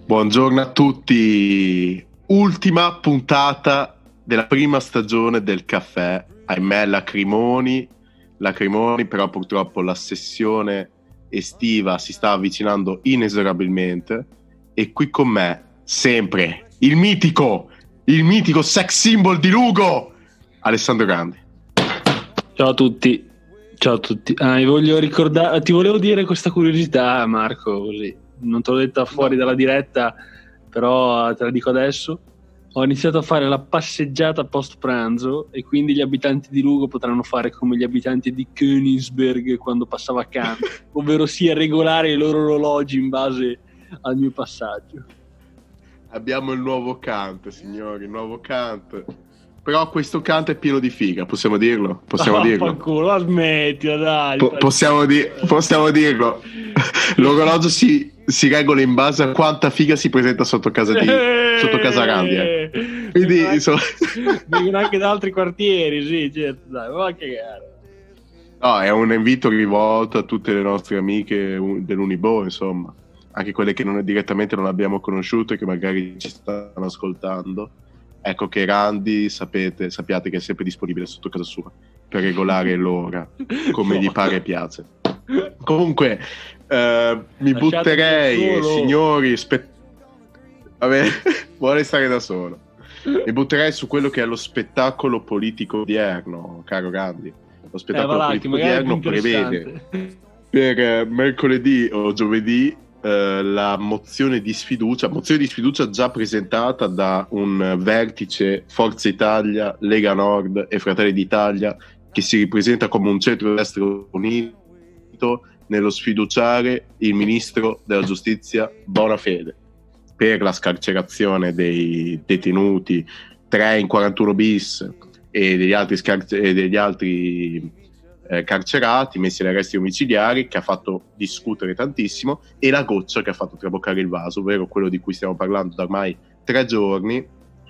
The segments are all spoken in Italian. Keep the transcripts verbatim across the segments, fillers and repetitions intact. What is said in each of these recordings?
Buongiorno a tutti, ultima puntata della prima stagione del caffè, ahimè lacrimoni, lacrimoni, però purtroppo la sessione estiva si sta avvicinando inesorabilmente e qui con me, sempre, il mitico, il mitico sex symbol di Lugo, Alessandro Grandi. Ciao a tutti, ciao a tutti. Ah, mi voglio ricordare, ti volevo dire questa curiosità, Marco, così. Non te l'ho detta fuori no. dalla diretta, però te la dico adesso. Ho iniziato a fare la passeggiata post pranzo e quindi gli abitanti di Lugo potranno fare come gli abitanti di Königsberg quando passavo accanto, ovvero sia regolare i loro orologi in base al mio passaggio. Abbiamo il nuovo Kant, signori, il nuovo Kant. Però questo Kant è pieno di figa, possiamo dirlo? Possiamo oh, dirlo? Culo, smettila, dai. Po- possiamo, di- possiamo dirlo. L'orologio si, si regola in base a quanta figa si presenta sotto casa di sotto casa Grandi. Eh. Quindi vengono insomma... anche, vengono anche da altri quartieri, sì, certo, dai, va che gara. No, è un invito rivolto a tutte le nostre amiche dell'Unibo, insomma, anche quelle che non, direttamente non abbiamo conosciuto e che magari ci stanno ascoltando. Ecco che Randy, sapete, sappiate che è sempre disponibile sotto casa sua per regolare l'ora come gli pare e piace. Comunque eh, mi Lasciatemi butterei, signori, spe- vabbè, vuole stare da solo. Mi butterei su quello che è lo spettacolo politico odierno, caro Randy. Lo spettacolo eh, politico odierno prevede per eh, mercoledì o giovedì Uh, la mozione di sfiducia, mozione di sfiducia già presentata da un vertice Forza Italia, Lega Nord e Fratelli d'Italia, che si ripresenta come un centro-destra unito nello sfiduciare il ministro della giustizia Bonafede per la scarcerazione dei detenuti tre in quarantuno bis e degli altri, scar- e degli altri Eh, carcerati, messi agli arresti domiciliari, che ha fatto discutere tantissimo, e la goccia che ha fatto traboccare il vaso, ovvero quello di cui stiamo parlando da ormai tre giorni,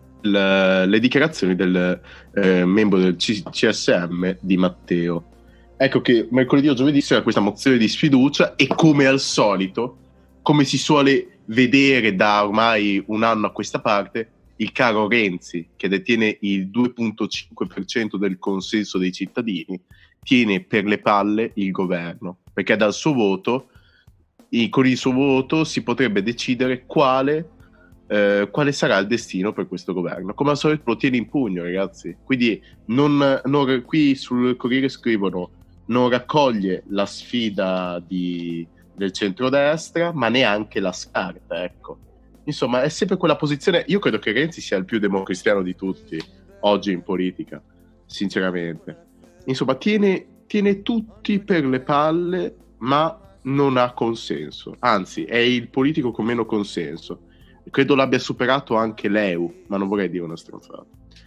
le, le dichiarazioni del eh, membro del C- CSM Di Matteo. Ecco che mercoledì o giovedì c'era questa mozione di sfiducia e, come al solito, come si suole vedere da ormai un anno a questa parte, il caro Renzi, che detiene il due virgola cinque per cento del consenso dei cittadini, tiene per le palle il governo, perché dal suo voto, con il suo voto si potrebbe decidere quale, eh, quale sarà il destino per questo governo. Come al solito lo tiene in pugno, ragazzi. Quindi non, non, qui sul Corriere scrivono: non raccoglie la sfida di, del centrodestra, ma neanche la scarta, ecco. Insomma, è sempre quella posizione. Io credo che Renzi sia il più democristiano di tutti oggi in politica, sinceramente. Insomma, tiene, tiene tutti per le palle, ma non ha consenso. Anzi, è il politico con meno consenso. Credo l'abbia superato anche l'E U, ma non vorrei dire una stronzata.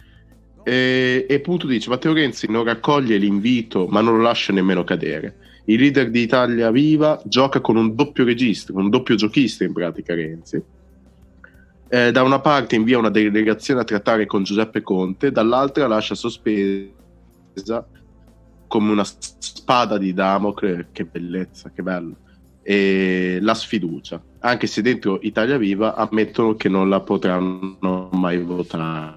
E, e appunto dice: Matteo Renzi non raccoglie l'invito, ma non lo lascia nemmeno cadere. Il leader di Italia Viva gioca con un doppio registro, un doppio giochista in pratica Renzi. Eh, da una parte invia una delegazione a trattare con Giuseppe Conte, dall'altra lascia sospesa come una spada di Damocle, che bellezza, che bello, e la sfiducia, anche se dentro Italia Viva ammettono che non la potranno mai votare.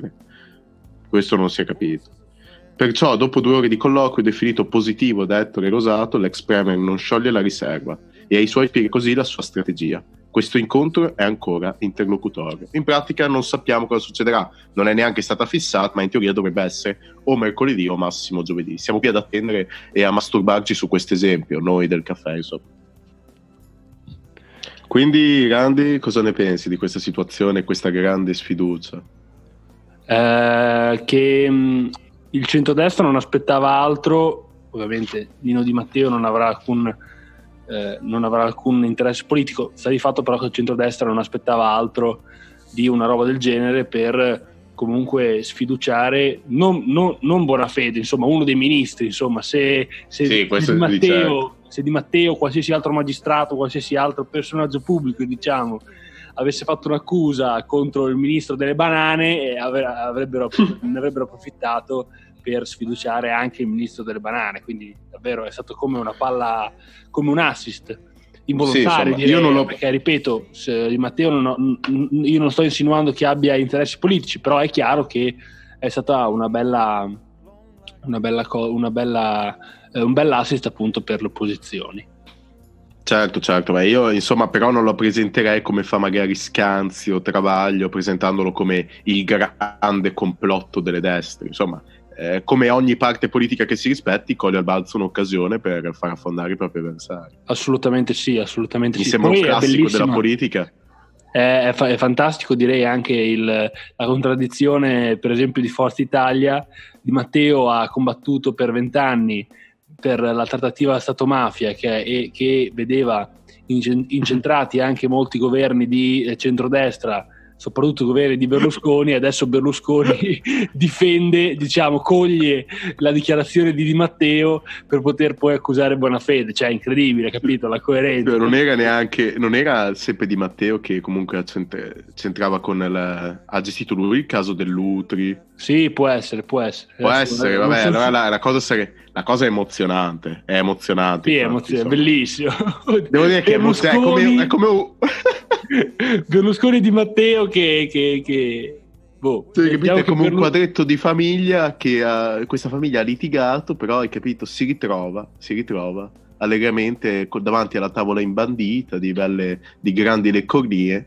Questo non si è capito. Perciò, dopo due ore di colloquio definito positivo da Ettore Rosato, l'ex premier non scioglie la riserva e ai suoi spiega così la sua strategia. Questo incontro è ancora interlocutorio. In pratica non sappiamo cosa succederà, non è neanche stata fissata, ma in teoria dovrebbe essere o mercoledì o massimo giovedì. Siamo qui ad attendere e a masturbarci su questo esempio, noi del caffè, insomma. Quindi, Randy, cosa ne pensi di questa situazione, questa grande sfiducia? Eh, che mh, il centrodestra non aspettava altro, ovviamente Nino Di Matteo non avrà alcun Eh, non avrà alcun interesse politico. Sta di fatto però che il centrodestra non aspettava altro di una roba del genere per comunque sfiduciare non, non, non Bonafede, insomma uno dei ministri, insomma se, se, sì, se, Di Matteo, se Di Matteo, qualsiasi altro magistrato, qualsiasi altro personaggio pubblico, diciamo, avesse fatto un'accusa contro il ministro delle banane, eh, avrebbero, ne avrebbero approfittato per sfiduciare anche il ministro delle banane. Quindi davvero è stato come una palla, come un assist. involontario, sì, direi, io non lo... perché ripeto, se Di Matteo non ho, io non sto insinuando che abbia interessi politici, però è chiaro che è stata una bella una bella, una bella eh, un bel assist appunto per le opposizioni. Certo, certo, ma io insomma però non lo presenterei come fa magari Scanzi o Travaglio, presentandolo come il grande complotto delle destre, insomma. Eh, come ogni parte politica che si rispetti, coglie al balzo un'occasione per far affondare i propri avversari. Assolutamente sì, assolutamente Mi sì. sembra Poi un classico della politica. È, è, fa- è fantastico, direi anche il, la contraddizione, per esempio, di Forza Italia. Di Matteo ha combattuto per vent'anni per la trattativa Stato-mafia che, e, che vedeva incentrati anche molti governi di centrodestra, soprattutto governi di Berlusconi. Adesso Berlusconi difende, diciamo, coglie la dichiarazione di Di Matteo per poter poi accusare Bonafede, cioè incredibile, capito? La coerenza. Non era neanche, non era sempre Di Matteo che comunque c'entrava con il, ha gestito lui il caso dell'Utri? Sì, può essere, può essere. Può Adesso, essere, vabbè, allora la, la, cosa sare, la cosa è emozionante, è emozionante. Sì, è emozionante, bellissimo. Devo dire che è come... È come un... Berlusconi e Di Matteo che... che, che... Boh, sì, capito, è come Berlus... un quadretto di famiglia che uh, questa famiglia ha litigato, però hai capito, si ritrova, si ritrova allegramente davanti alla tavola imbandita di, belle, di grandi leccornie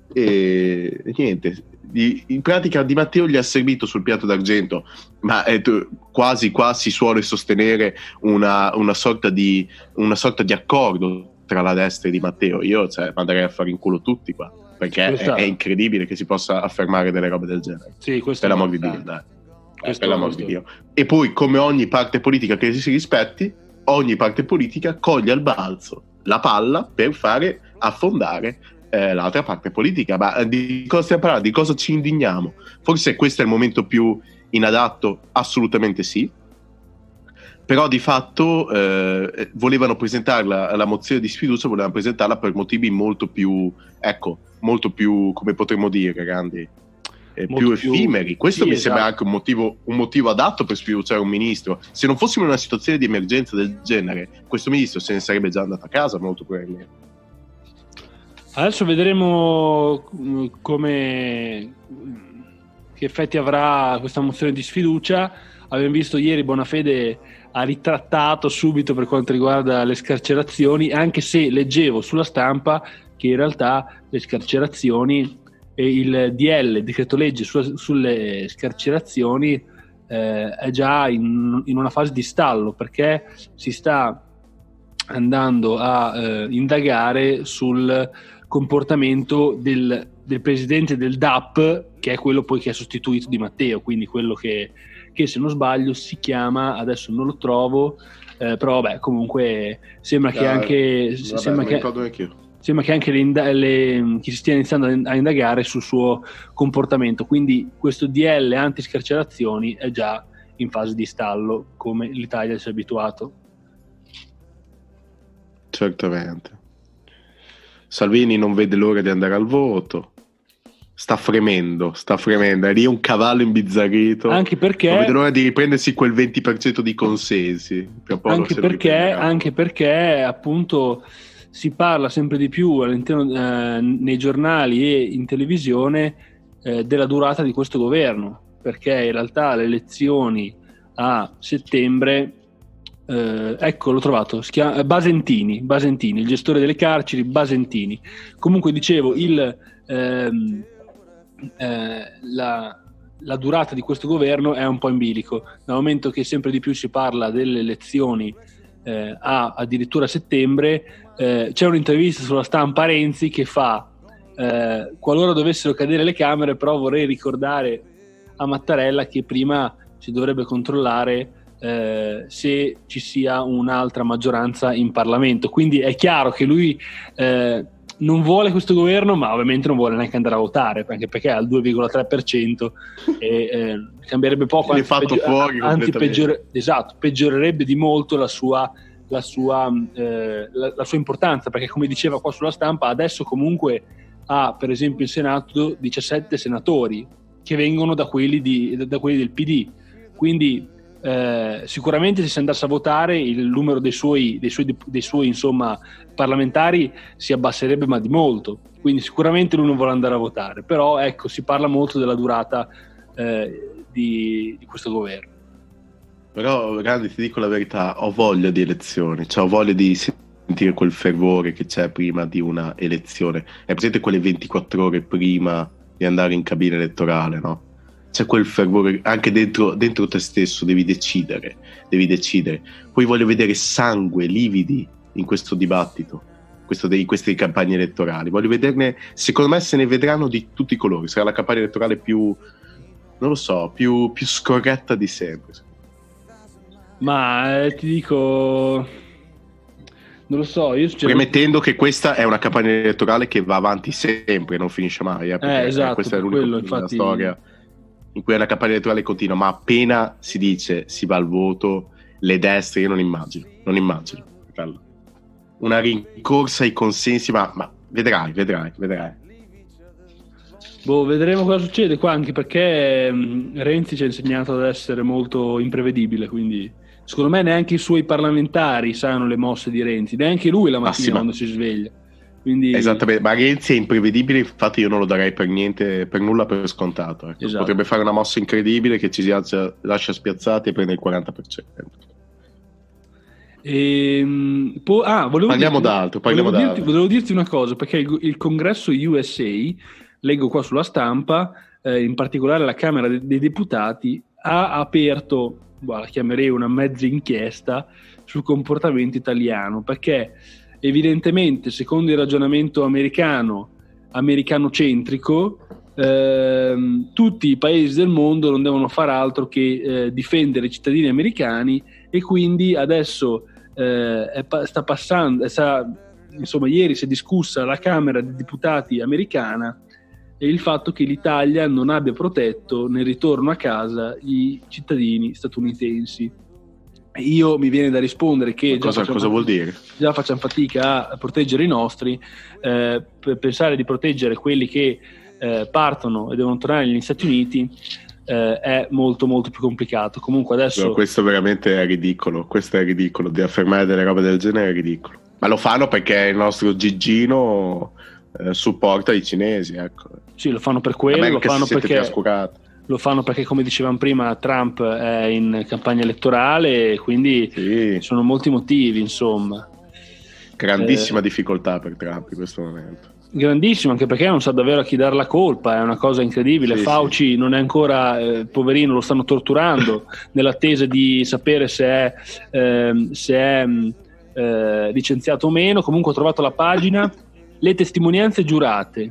e, e niente, di, in pratica Di Matteo gli ha servito sul piatto d'argento, ma è, quasi qua si suole sostenere una, una, sorta di, una sorta di accordo tra la destra e Di Matteo. Io cioè, manderei a fare in culo tutti qua, perché è, è incredibile che si possa affermare delle robe del genere. Sì, questo per l'amor di Dio, dai. Questo, per l'amor di Dio. E poi, come ogni parte politica che si rispetti, ogni parte politica coglie al balzo la palla per fare affondare eh, l'altra parte politica. Ma di cosa stiamo parlando? Di cosa ci indigniamo? Forse questo è il momento più inadatto? Assolutamente sì. Però di fatto eh, volevano presentarla, la mozione di sfiducia volevano presentarla per motivi molto più, ecco, molto più, come potremmo dire, Gandhi, eh, più effimeri. Questo sì, mi esatto. sembra anche un motivo, un motivo adatto per sfiduciare un ministro. Se non fossimo in una situazione di emergenza del genere, questo ministro se ne sarebbe già andato a casa molto probabilmente. Adesso vedremo come, che effetti avrà questa mozione di sfiducia. Abbiamo visto ieri Bonafede ha ritrattato subito per quanto riguarda le scarcerazioni, anche se leggevo sulla stampa che in realtà le scarcerazioni e il D L, il decreto legge su, sulle scarcerazioni eh, è già in, in una fase di stallo, perché si sta andando a eh, indagare sul comportamento del, del presidente del D A P, che è quello poi che ha sostituito Di Matteo, quindi quello che che se non sbaglio si chiama, adesso non lo trovo, eh, però vabbè, comunque sembra no, che anche vabbè, sembra, che, sembra che anche le, le, chi si stia iniziando a indagare sul suo comportamento, quindi questo D L anti-scarcerazioni è già in fase di stallo, come l'Italia si è abituato. Certamente. Salvini non vede l'ora di andare al voto. Sta fremendo, sta fremendo, è lì un cavallo imbizzarrito. Anche perché non vede l'ora di riprendersi quel venti per cento di consensi. Anche perché, anche perché appunto si parla sempre di più all'interno eh, nei giornali e in televisione eh, della durata di questo governo, perché in realtà le elezioni a settembre eh, ecco l'ho trovato, si chiama Basentini, Basentini, il gestore delle carceri, Basentini. Comunque dicevo il ehm, Eh, la, la durata di questo governo è un po' in bilico, dal momento che sempre di più si parla delle elezioni eh, a addirittura settembre. Eh, c'è un'intervista sulla stampa a Renzi che fa eh, qualora dovessero cadere le Camere, però vorrei ricordare a Mattarella che prima si dovrebbe controllare eh, se ci sia un'altra maggioranza in Parlamento, quindi è chiaro che lui eh, non vuole questo governo, ma ovviamente non vuole neanche andare a votare, anche perché ha il due virgola tre per cento e eh, cambierebbe poco, anzi, fatto peggior- fuori anzi peggiore- esatto, peggiorerebbe di molto la sua, la, sua, eh, la, la sua importanza, perché come diceva qua sulla stampa adesso comunque ha per esempio in Senato diciassette senatori che vengono da quelli, di, da quelli del P D, quindi eh, sicuramente se si andasse a votare il numero dei suoi, dei suoi, dei suoi insomma, parlamentari si abbasserebbe, ma di molto, quindi sicuramente lui non vuole andare a votare, però ecco, si parla molto della durata eh, di, di questo governo. Però Grandi, ti dico la verità, ho voglia di elezioni, cioè ho voglia di sentire quel fervore che c'è prima di una elezione. È presente quelle ventiquattro ore prima di andare in cabina elettorale, no? C'è quel fervore anche dentro, dentro te stesso, devi decidere, devi decidere. Poi voglio vedere sangue, lividi in questo dibattito, questo dei, queste campagne elettorali. Voglio vederne, secondo me se ne vedranno di tutti i colori. Sarà la campagna elettorale più, non lo so, più, più scorretta di sempre. Ma eh, ti dico, non lo so, io premettendo che questa è una campagna elettorale che va avanti sempre, non finisce mai, eh, eh, esatto, questa è l'unica quello, infatti... infatti... storia in cui è una campagna elettorale continua, ma appena si dice si va al voto, le destre, io non immagino, non immagino una rincorsa ai consensi, ma, ma vedrai, vedrai, vedrai. Boh, vedremo cosa succede qua, anche perché mh, Renzi ci ha insegnato ad essere molto imprevedibile, quindi secondo me neanche i suoi parlamentari sanno le mosse di Renzi, neanche lui la mattina ah, sì, quando ma... si sveglia. Quindi... Esattamente, ma Renzi è imprevedibile, infatti io non lo darei per niente, per nulla per scontato. Ecco. Esatto. Potrebbe fare una mossa incredibile che ci si alza, lascia spiazzati e prende il quaranta per cento. E, po- ah, volevo parliamo dirti, d'altro, parliamo volevo, d'altro. Dirti, volevo dirti una cosa, perché il, il congresso U S A, leggo qua sulla stampa, eh, in particolare la Camera dei, dei Deputati, ha aperto, boh, la chiamerei una mezza inchiesta sul comportamento italiano, perché evidentemente, secondo il ragionamento americano, americanocentrico, ehm, tutti i paesi del mondo non devono fare altro che eh, difendere i cittadini americani, e quindi adesso eh, è, sta passando, sta, insomma, ieri si è discussa alla Camera dei Deputati americana e il fatto che l'Italia non abbia protetto nel ritorno a casa i cittadini statunitensi. Io mi viene da rispondere che cosa, già cosa vuol dire? Già facciamo fatica a proteggere i nostri, eh, per pensare di proteggere quelli che eh, partono e devono tornare negli Stati Uniti eh, è molto molto più complicato. Comunque adesso no, questo veramente è ridicolo, questo è ridicolo, di affermare delle robe del genere è ridicolo, ma lo fanno perché il nostro Gigino eh, supporta i cinesi, ecco. Sì, lo fanno per quello, lo fanno perché lo fanno perché, come dicevamo prima, Trump è in campagna elettorale, quindi sì, sono molti motivi, insomma. Grandissima eh, difficoltà per Trump in questo momento. Grandissimo, anche perché non sa davvero a chi dare la colpa, è una cosa incredibile. Sì, Fauci sì. non è ancora, eh, poverino, lo stanno torturando nell'attesa di sapere se è, eh, se è eh, licenziato o meno. Comunque ho trovato la pagina, le testimonianze giurate.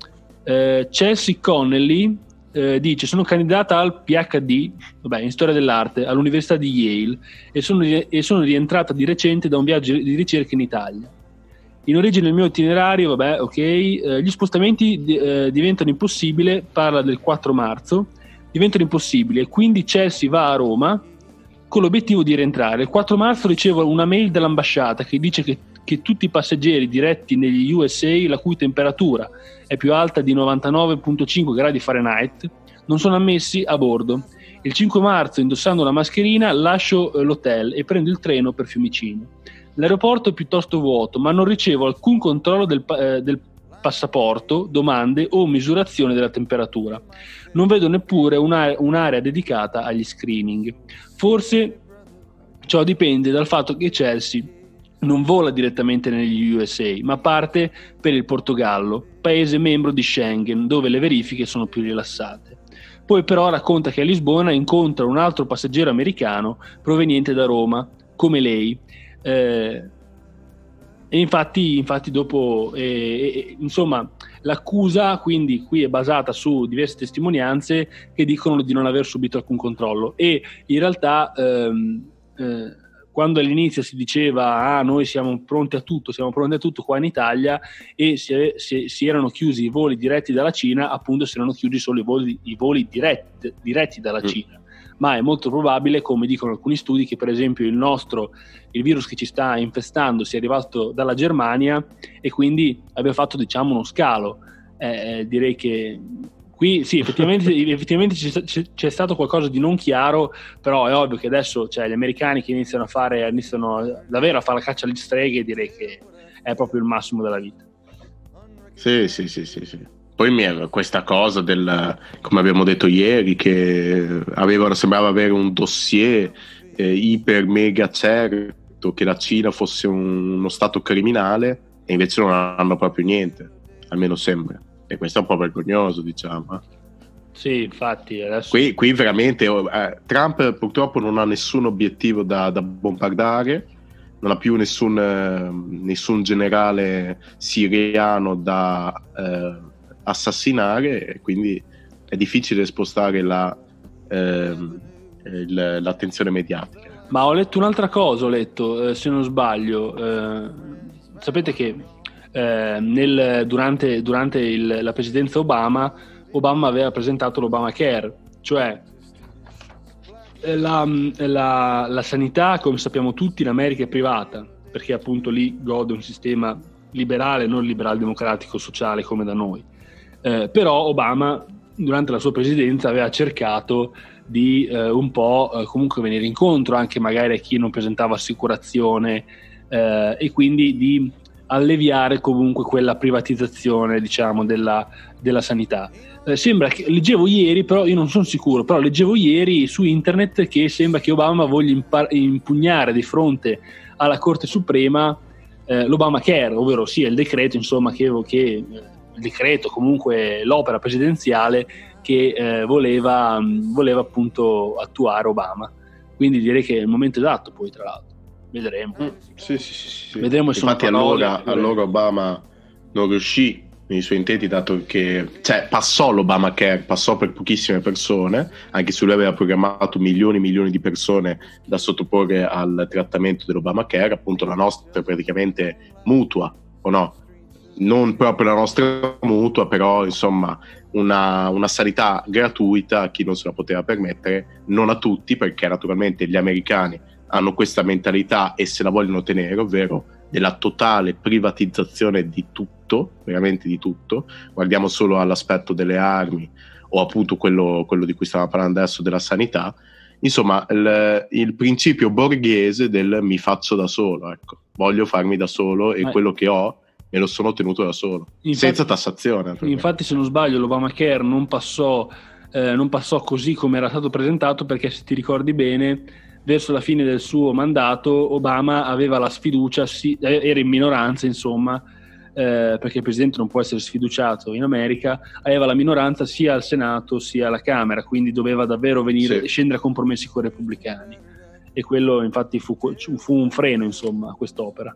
Eh, Chelsea Connelly eh, dice: sono candidata al P H D, vabbè, in storia dell'arte all'Università di Yale e sono, e sono rientrata di recente da un viaggio di ricerca in Italia. In origine il mio itinerario, vabbè, ok, eh, gli spostamenti eh, diventano impossibili, parla del quattro marzo, diventano impossibili e quindi Chelsea va a Roma con l'obiettivo di rientrare. Il quattro marzo ricevo una mail dall'ambasciata che dice che, che tutti i passeggeri diretti negli U S A la cui temperatura è più alta di novantanove virgola cinque gradi Fahrenheit non sono ammessi a bordo. Il cinque marzo, indossando la mascherina, lascio eh, l'hotel e prendo il treno per Fiumicino. L'aeroporto è piuttosto vuoto, ma non ricevo alcun controllo del, eh, del passaporto, domande o misurazione della temperatura. Non vedo neppure un'area, un'area dedicata agli screening. Forse ciò dipende dal fatto che Chelsea non vola direttamente negli U S A, ma parte per il Portogallo, paese membro di Schengen, dove le verifiche sono più rilassate. Poi però racconta che a Lisbona incontra un altro passeggero americano proveniente da Roma, come lei. Eh, e infatti, infatti dopo eh, eh, insomma l'accusa quindi qui è basata su diverse testimonianze che dicono di non aver subito alcun controllo, e in realtà ehm, eh, quando all'inizio si diceva ah noi siamo pronti a tutto, siamo pronti a tutto qua in Italia, e si, si, si erano chiusi i voli diretti dalla Cina, appunto si erano chiusi solo i voli, i voli diretti, diretti dalla mm. Cina. Ma è molto probabile, come dicono alcuni studi, che per esempio il nostro, il virus che ci sta infestando sia arrivato dalla Germania e quindi abbia fatto, diciamo, uno scalo. Eh, direi che Qui sì, effettivamente, effettivamente c'è, c'è stato qualcosa di non chiaro, però è ovvio che adesso cioè, gli americani che iniziano a fare, iniziano davvero a fare la caccia alle streghe, direi che è proprio il massimo della vita. Sì, sì, sì, sì, sì. Poi mi è questa cosa del, come abbiamo detto ieri, che avevano, sembrava avere un dossier eh, iper mega certo che la Cina fosse un, uno stato criminale, e invece non hanno proprio niente, almeno sembra. E questo è un po' vergognoso, diciamo. Sì, infatti adesso... Qui, qui veramente eh, Trump purtroppo non ha nessun obiettivo da, da bombardare, non ha più nessun, eh, nessun generale siriano da eh, assassinare, e quindi è difficile spostare la, eh, il, l'attenzione mediatica. Ma ho letto un'altra cosa, ho letto, eh, se non sbaglio, eh, sapete che eh, nel, durante, durante il, la presidenza Obama, Obama aveva presentato l'Obamacare, cioè la, la, la sanità, come sappiamo tutti, in America è privata, perché appunto lì gode un sistema liberale, non liberal democratico sociale come da noi. Eh, però Obama durante la sua presidenza aveva cercato di eh, un po' eh, comunque venire incontro anche magari a chi non presentava assicurazione eh, e quindi di alleviare comunque quella privatizzazione, diciamo, della, della sanità. Eh, sembra che, leggevo ieri, però io non sono sicuro, però leggevo ieri su internet che sembra che Obama voglia impar- impugnare di fronte alla Corte Suprema eh, l'Obamacare, ovvero sia il decreto, insomma, che, che il decreto, comunque l'opera presidenziale che eh, voleva, voleva appunto attuare Obama. Quindi direi che è il momento esatto, poi tra l'altro vedremo. Mm, sì, sì, sì, sì. Vedremo. Infatti allora, allora Obama non riuscì nei suoi intenti, dato che cioè, passò l'Obamacare, passò per pochissime persone, anche se lui aveva programmato milioni e milioni di persone da sottoporre al trattamento dell'Obamacare, appunto la nostra praticamente mutua, o no? Non proprio la nostra mutua, però insomma una, una sanità gratuita a chi non se la poteva permettere, non a tutti, perché naturalmente gli americani hanno questa mentalità e se la vogliono tenere, ovvero della totale privatizzazione di tutto, veramente di tutto. Guardiamo solo all'aspetto delle armi o appunto quello, quello di cui stiamo parlando adesso, della sanità. Insomma, il, il principio borghese del mi faccio da solo, ecco, voglio farmi da solo e eh. quello che ho me lo sono ottenuto da solo, infatti, senza tassazione. Infatti, se non sbaglio, l'Obamacare non passò, eh, non passò così come era stato presentato, perché se ti ricordi bene, verso la fine del suo mandato Obama aveva la sfiducia, sì, era in minoranza insomma, eh, perché il presidente non può essere sfiduciato in America, aveva la minoranza sia al Senato sia alla Camera, quindi doveva davvero venire, sì. scendere a compromessi con i repubblicani, e quello infatti fu, fu un freno insomma a quest'opera.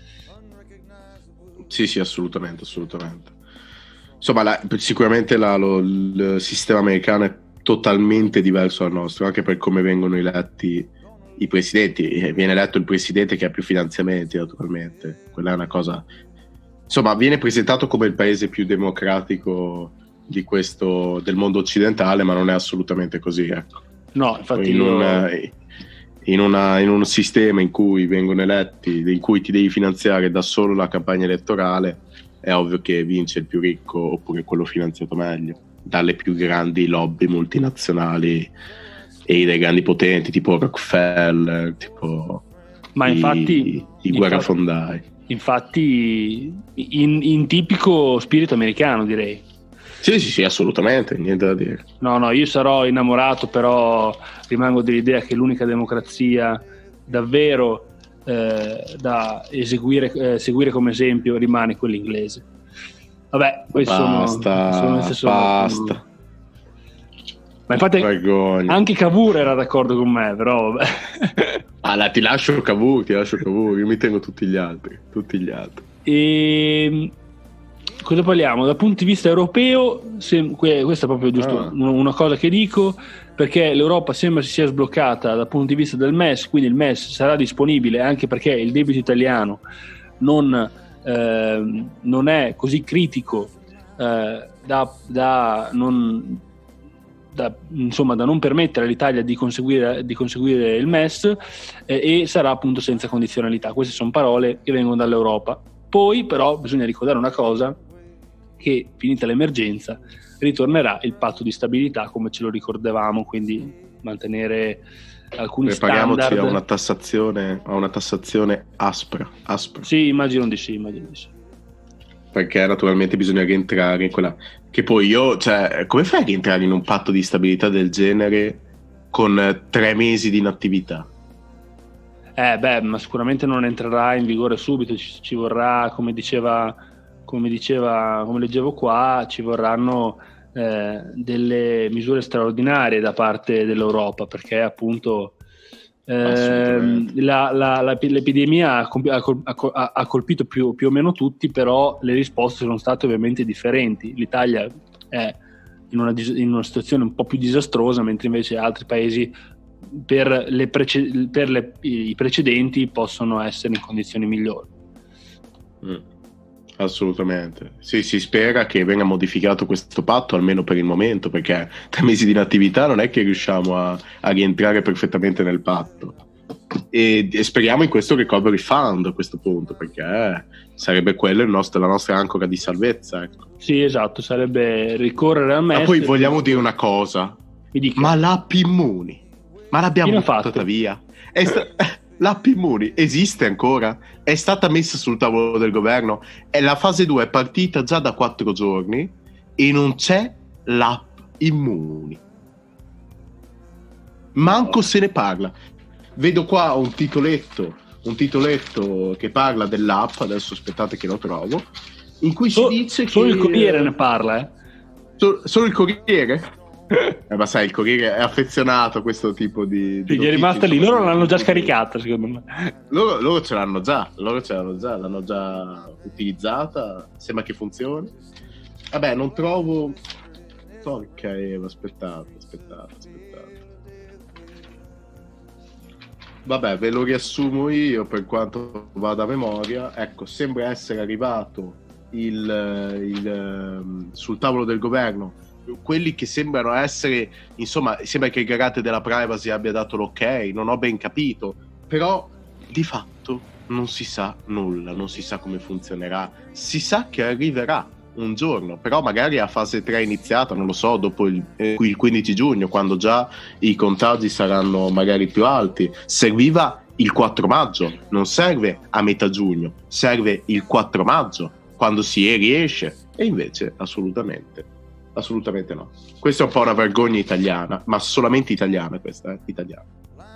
Sì, sì, assolutamente, assolutamente. Insomma, la, sicuramente la, lo, il sistema americano è totalmente diverso dal nostro, anche per come vengono eletti i presidenti. Viene eletto il presidente che ha più finanziamenti, naturalmente. Quella è una cosa. Insomma, viene presentato come il paese più democratico di questo, del mondo occidentale, ma non è assolutamente così, ecco. No, infatti in, io... una, in, una, in un sistema in cui vengono eletti, in cui ti devi finanziare da solo la campagna elettorale, è ovvio che vince il più ricco oppure quello finanziato meglio dalle più grandi lobby multinazionali e dai grandi potenti tipo Rockefeller, tipo ma infatti, i, i guerrafondai. Infatti in, in tipico spirito americano, direi. Sì, sì, sì, assolutamente, niente da dire. No, no, io sarò innamorato, però rimango dell'idea che l'unica democrazia davvero eh, da eseguire, eh, seguire come esempio rimane quella inglese. Vabbè, poi basta, sono, sono basta. Sono... Ma infatti vergogna. Anche Cavour era d'accordo con me, però vabbè. Ah, ti lascio Cavour, ti lascio Cavour, io mi tengo tutti gli altri, tutti gli altri. E cosa parliamo? Dal punto di vista europeo, se, questa è proprio giusto ah. una cosa che dico, perché l'Europa sembra si sia sbloccata dal punto di vista del M E S, quindi il M E S sarà disponibile anche perché il debito italiano non, eh, non è così critico eh, da, da non... Da, insomma, da non permettere all'Italia di conseguire, di conseguire il M E S eh, e sarà appunto senza condizionalità. Queste sono parole che vengono dall'Europa. Poi però bisogna ricordare una cosa, che, finita l'emergenza, ritornerà il patto di stabilità come ce lo ricordavamo, quindi mantenere alcuni prepariamoci standard. a una tassazione a una tassazione aspra, aspra. Sì, immagino di sì, immagino di sì. Perché naturalmente bisogna rientrare in quella che poi io, cioè, come fai a rientrare in un patto di stabilità del genere con tre mesi di inattività? Eh beh, ma sicuramente non entrerà in vigore subito, ci, ci vorrà, come diceva, come diceva, come leggevo qua, ci vorranno eh, delle misure straordinarie da parte dell'Europa, perché appunto eh, la, la, la, l'epidemia ha, ha, ha colpito più, più o meno tutti, però le risposte sono state ovviamente differenti. L'Italia è in una, in una situazione un po' più disastrosa, mentre invece altri paesi per, le prece- per le, i precedenti possono essere in condizioni migliori. Mm, assolutamente. Sì, si spera che venga modificato questo patto almeno per il momento, perché tre mesi di inattività non è che riusciamo a, a rientrare perfettamente nel patto, e, e speriamo in questo recovery fund a questo punto, perché sarebbe quello il nostro, la nostra ancora di salvezza, ecco. Sì, esatto, sarebbe ricorrere a me. Ma poi vogliamo dire una cosa, ma l'app Immuni, ma l'abbiamo buttata via? È sta- l'app Immuni esiste ancora? È stata messa sul tavolo del governo e la fase due è partita già da quattro giorni e non c'è l'app Immuni, manco se ne parla. Vedo qua un titoletto un titoletto che parla dell'app, adesso aspettate che lo trovo, in cui si so, dice solo che il Corriere ne parla, eh? So, solo il Corriere? Eh, ma sai, il Corriere è affezionato a questo tipo di, di sì, gli è rimasta lì, loro l'hanno già scaricata secondo me. Loro, loro ce l'hanno già, loro ce l'hanno già, l'hanno già utilizzata, sembra che funzioni. Vabbè, non trovo. Porca Eva, aspettate, aspettate, aspettate. Vabbè, ve lo riassumo io per quanto vada a memoria. Ecco, sembra essere arrivato il, il sul tavolo del governo quelli che sembrano essere, insomma, sembra che il garante della privacy abbia dato l'ok, non ho ben capito, però di fatto non si sa nulla, non si sa come funzionerà, si sa che arriverà un giorno, però magari a fase tre è iniziata, non lo so, dopo il, eh, il quindici giugno, quando già i contagi saranno magari più alti. Serviva il quattro maggio, non serve a metà giugno, serve il quattro maggio, quando si riesce, e invece assolutamente assolutamente no. Questa è un po' una vergogna italiana, ma solamente italiana questa, eh? italiana.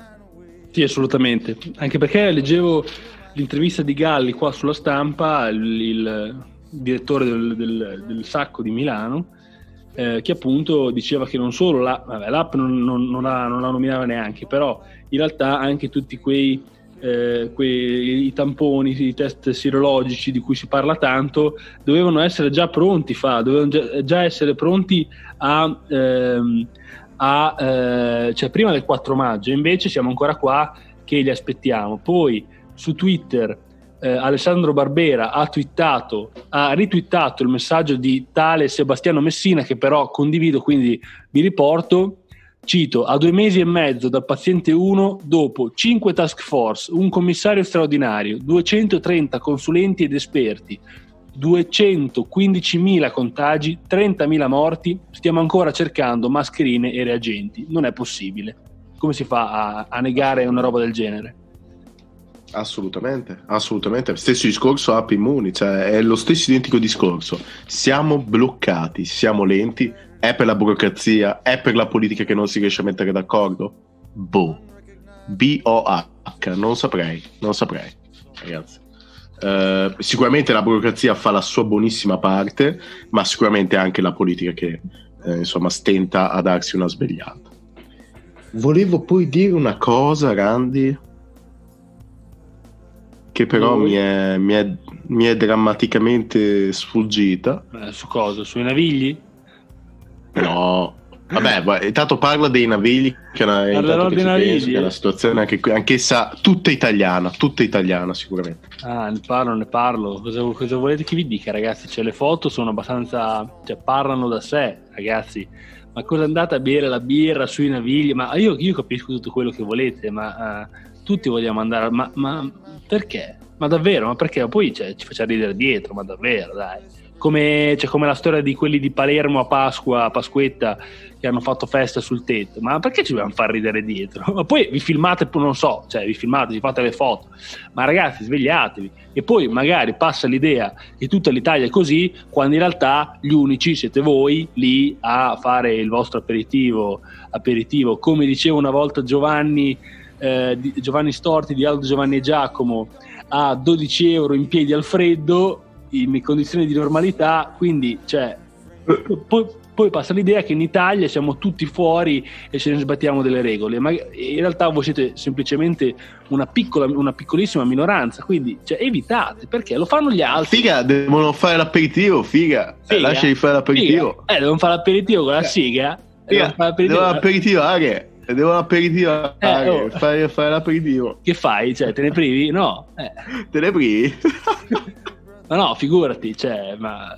Sì, assolutamente, anche perché leggevo l'intervista di Galli qua sulla Stampa, il, il direttore del, del, del Sacco di Milano, eh, che appunto diceva che non solo la, vabbè, l'app non, non, non, la, non la nominava neanche, però in realtà anche tutti quei Eh, quei i tamponi, i test sierologici di cui si parla tanto dovevano essere già pronti fa, dovevano già, già essere pronti a, ehm, a eh, cioè prima del quattro maggio, invece siamo ancora qua che li aspettiamo. Poi su Twitter eh, Alessandro Barbera ha twittato, ha ritwittato il messaggio di tale Sebastiano Messina, che però condivido, quindi vi riporto. Cito: a due mesi e mezzo dal paziente uno, dopo cinque task force, un commissario straordinario, duecentotrenta consulenti ed esperti, duecentoquindicimila contagi, trentamila morti, stiamo ancora cercando mascherine e reagenti. Non è possibile. Come si fa a, a negare una roba del genere? Assolutamente, assolutamente. Stesso discorso app Immuni, cioè è lo stesso identico discorso. Siamo bloccati, siamo lenti. È per la burocrazia? È per la politica che non si riesce a mettere d'accordo? Boh. B O H, non saprei, non saprei, ragazzi. Uh, sicuramente la burocrazia fa la sua buonissima parte, ma sicuramente anche la politica che eh, insomma stenta a darsi una svegliata. Volevo poi dire una cosa, Randy, che però mi è, mi, è, mi è drammaticamente sfuggita. Eh, su cosa? Sui navigli? No, vabbè, intanto parla dei navigli, che è una, intanto che ci penso, che è una situazione anche qui, anch'essa tutta italiana, tutta italiana sicuramente. Ah, ne parlo, ne parlo. Cosa, cosa volete che vi dica, ragazzi? Cioè, le foto sono abbastanza, cioè, parlano da sé, ragazzi. Ma cosa andate a bere la birra sui navigli? Ma io, io capisco tutto quello che volete, ma uh, tutti vogliamo andare, ma, ma perché? Ma davvero? Ma perché? Poi cioè, ci facciamo ridere dietro, ma davvero, dai. come, cioè, come la storia di quelli di Palermo a Pasqua, a Pasquetta, che hanno fatto festa sul tetto. Ma perché ci dobbiamo far ridere dietro? Ma poi vi filmate, non so, cioè vi filmate, vi fate le foto, ma ragazzi svegliatevi. E poi magari passa l'idea che tutta l'Italia è così, quando in realtà gli unici siete voi lì a fare il vostro aperitivo, aperitivo. Come diceva una volta Giovanni, eh, di, Giovanni Storti di Aldo Giovanni e Giacomo, a dodici euro in piedi al freddo, in condizioni di normalità. Quindi cioè poi, poi passa l'idea che in Italia siamo tutti fuori e ce ne sbattiamo delle regole, ma in realtà voi siete semplicemente una piccola, una piccolissima minoranza, quindi cioè, evitate, perché lo fanno gli altri. Figa, devono fare l'aperitivo, figa, figa. Eh, lasciali fare l'aperitivo, figa. Eh, devono fare l'aperitivo con la siga, figa. Devono aperitivare, devono aperitivare, eh, oh. fare, fare l'aperitivo. Che fai? Cioè, te ne privi? No, eh. te ne privi? Ma no, figurati, cioè, ma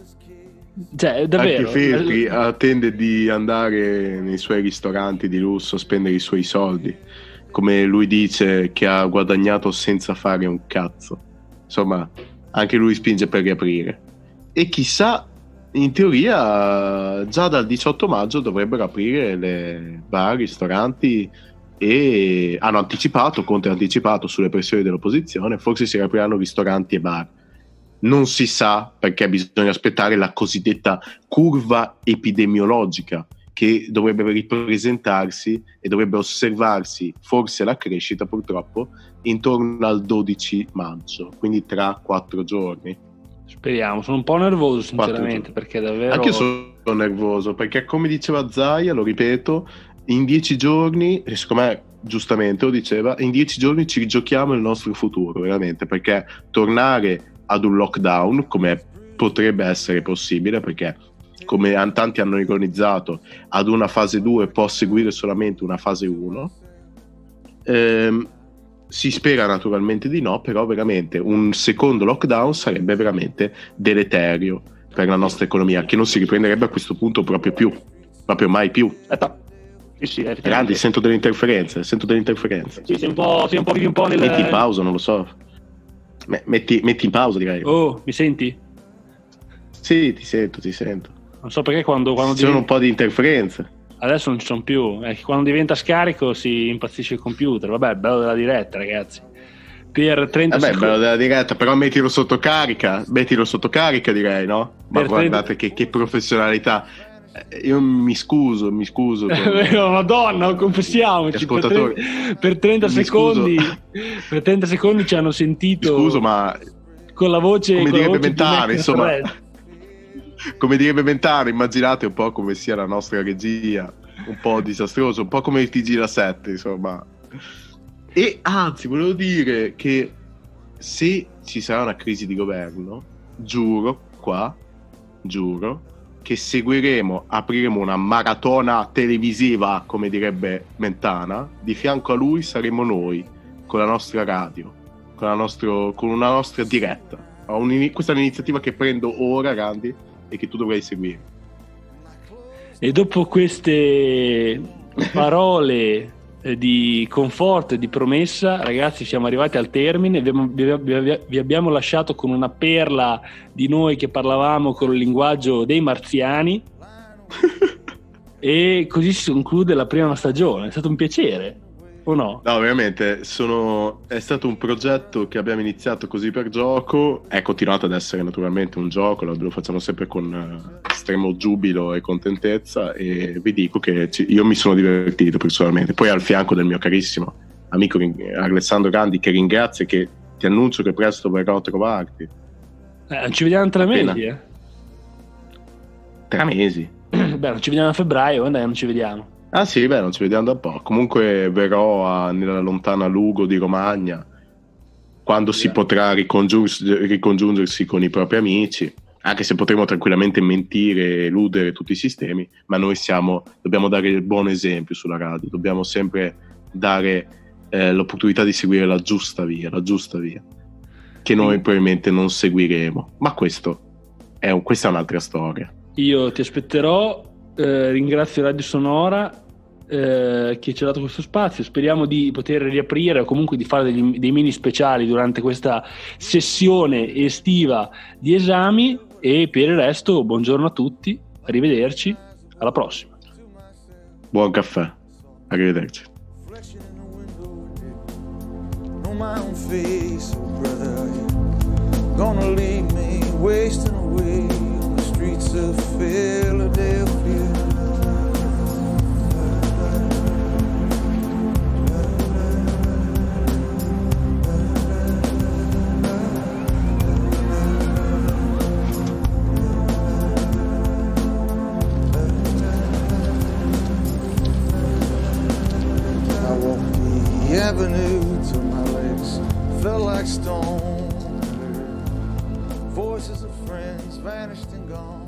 cioè, davvero. Anche Feltri attende di andare nei suoi ristoranti di lusso, spendere i suoi soldi, come lui dice, che ha guadagnato senza fare un cazzo. Insomma, anche lui spinge per riaprire. E chissà, in teoria già dal diciotto maggio dovrebbero aprire le bar, ristoranti, e hanno anticipato, Conte ha anticipato sulle pressioni dell'opposizione, forse si riapriranno ristoranti e bar. Non si sa, perché bisogna aspettare la cosiddetta curva epidemiologica, che dovrebbe ripresentarsi e dovrebbe osservarsi forse la crescita, purtroppo, intorno al dodici maggio, quindi tra quattro giorni. Speriamo, sono un po' nervoso sinceramente, perché davvero... Anche io sono nervoso, perché come diceva Zaia, lo ripeto, in dieci giorni, e secondo me giustamente lo diceva, in dieci giorni ci rigiochiamo il nostro futuro, veramente, perché tornare ad un lockdown, come potrebbe essere possibile, perché come tanti hanno ironizzato, ad una fase due può seguire solamente una fase uno. Ehm, si spera naturalmente di no, però veramente un secondo lockdown sarebbe veramente deleterio per la nostra economia, che non si riprenderebbe a questo punto proprio più, proprio mai più. Aspetta. Sì, sì, Grandi, sento delle interferenze, sento delle interferenze. Sì, sei un po', sei un po', vivi un po' nel... Metti in pausa, non lo so. Metti, metti in pausa, direi. Oh, mi senti? Sì, ti sento, ti sento. Non so perché quando, quando ci sono diventa... un po' di interferenze. Adesso non ci sono più. È che quando diventa scarico si impazzisce il computer. Vabbè, bello della diretta, ragazzi. Per trenta Vabbè, secondi. bello della diretta, però mettilo sotto carica. Mettilo sotto carica, direi, no? Ma per guardate trenta... che, che professionalità. Io mi scuso, mi scuso. Con... Madonna, confessiamoci. Per, tre... per trenta mi secondi, scuso. per trenta secondi ci hanno sentito. Mi scuso, ma con la voce, come con direbbe la voce Mentana, insomma. Come direbbe Mentana, immaginate un po' come sia la nostra regia, un po' disastroso, un po' come il T G la sette, insomma. E anzi, volevo dire che se ci sarà una crisi di governo, giuro qua, giuro che seguiremo, apriremo una maratona televisiva, come direbbe Mentana, di fianco a lui saremo noi, con la nostra radio, con, la nostro, con una nostra diretta. Questa è un'iniziativa che prendo ora, Gandhi, e che tu dovrai seguire. E dopo queste parole di conforto e di promessa, ragazzi, siamo arrivati al termine. Vi abbiamo lasciato con una perla di noi che parlavamo con il linguaggio dei marziani e così si conclude la prima stagione. È stato un piacere, o no? No, veramente sono... è stato un progetto che abbiamo iniziato così per gioco, è continuato ad essere naturalmente un gioco, lo, lo facciamo sempre con estremo giubilo e contentezza, e vi dico che ci... io mi sono divertito personalmente, poi al fianco del mio carissimo amico Alessandro Gandhi, che ringrazio e che ti annuncio che presto verrò a trovarti. Eh, ci vediamo tra Appena. mesi, eh? Tre mesi? Beh, non ci vediamo a febbraio, dai, non ci vediamo. Ah sì, beh, non ci vediamo da un po'. Comunque verrò a, nella lontana Lugo di Romagna, quando yeah. si potrà ricongiungersi, ricongiungersi con i propri amici, anche se potremo tranquillamente mentire e eludere tutti i sistemi, ma noi siamo, dobbiamo dare il buon esempio sulla radio, dobbiamo sempre dare eh, l'opportunità di seguire la giusta via, la giusta via, che noi sì. probabilmente non seguiremo, ma questo è un, questa è un'altra storia. Io ti aspetterò, eh, ringrazio Radio Sonora eh, che ci ha dato questo spazio, speriamo di poter riaprire o comunque di fare degli, dei mini speciali durante questa sessione estiva di esami, e per il resto buongiorno a tutti, arrivederci, alla prossima. Buon caffè, arrivederci. My own face, oh brother, you're gonna leave me wasting away on the streets of Philadelphia. I walked the avenue till my legs felt like stone. Voices of friends vanished and gone.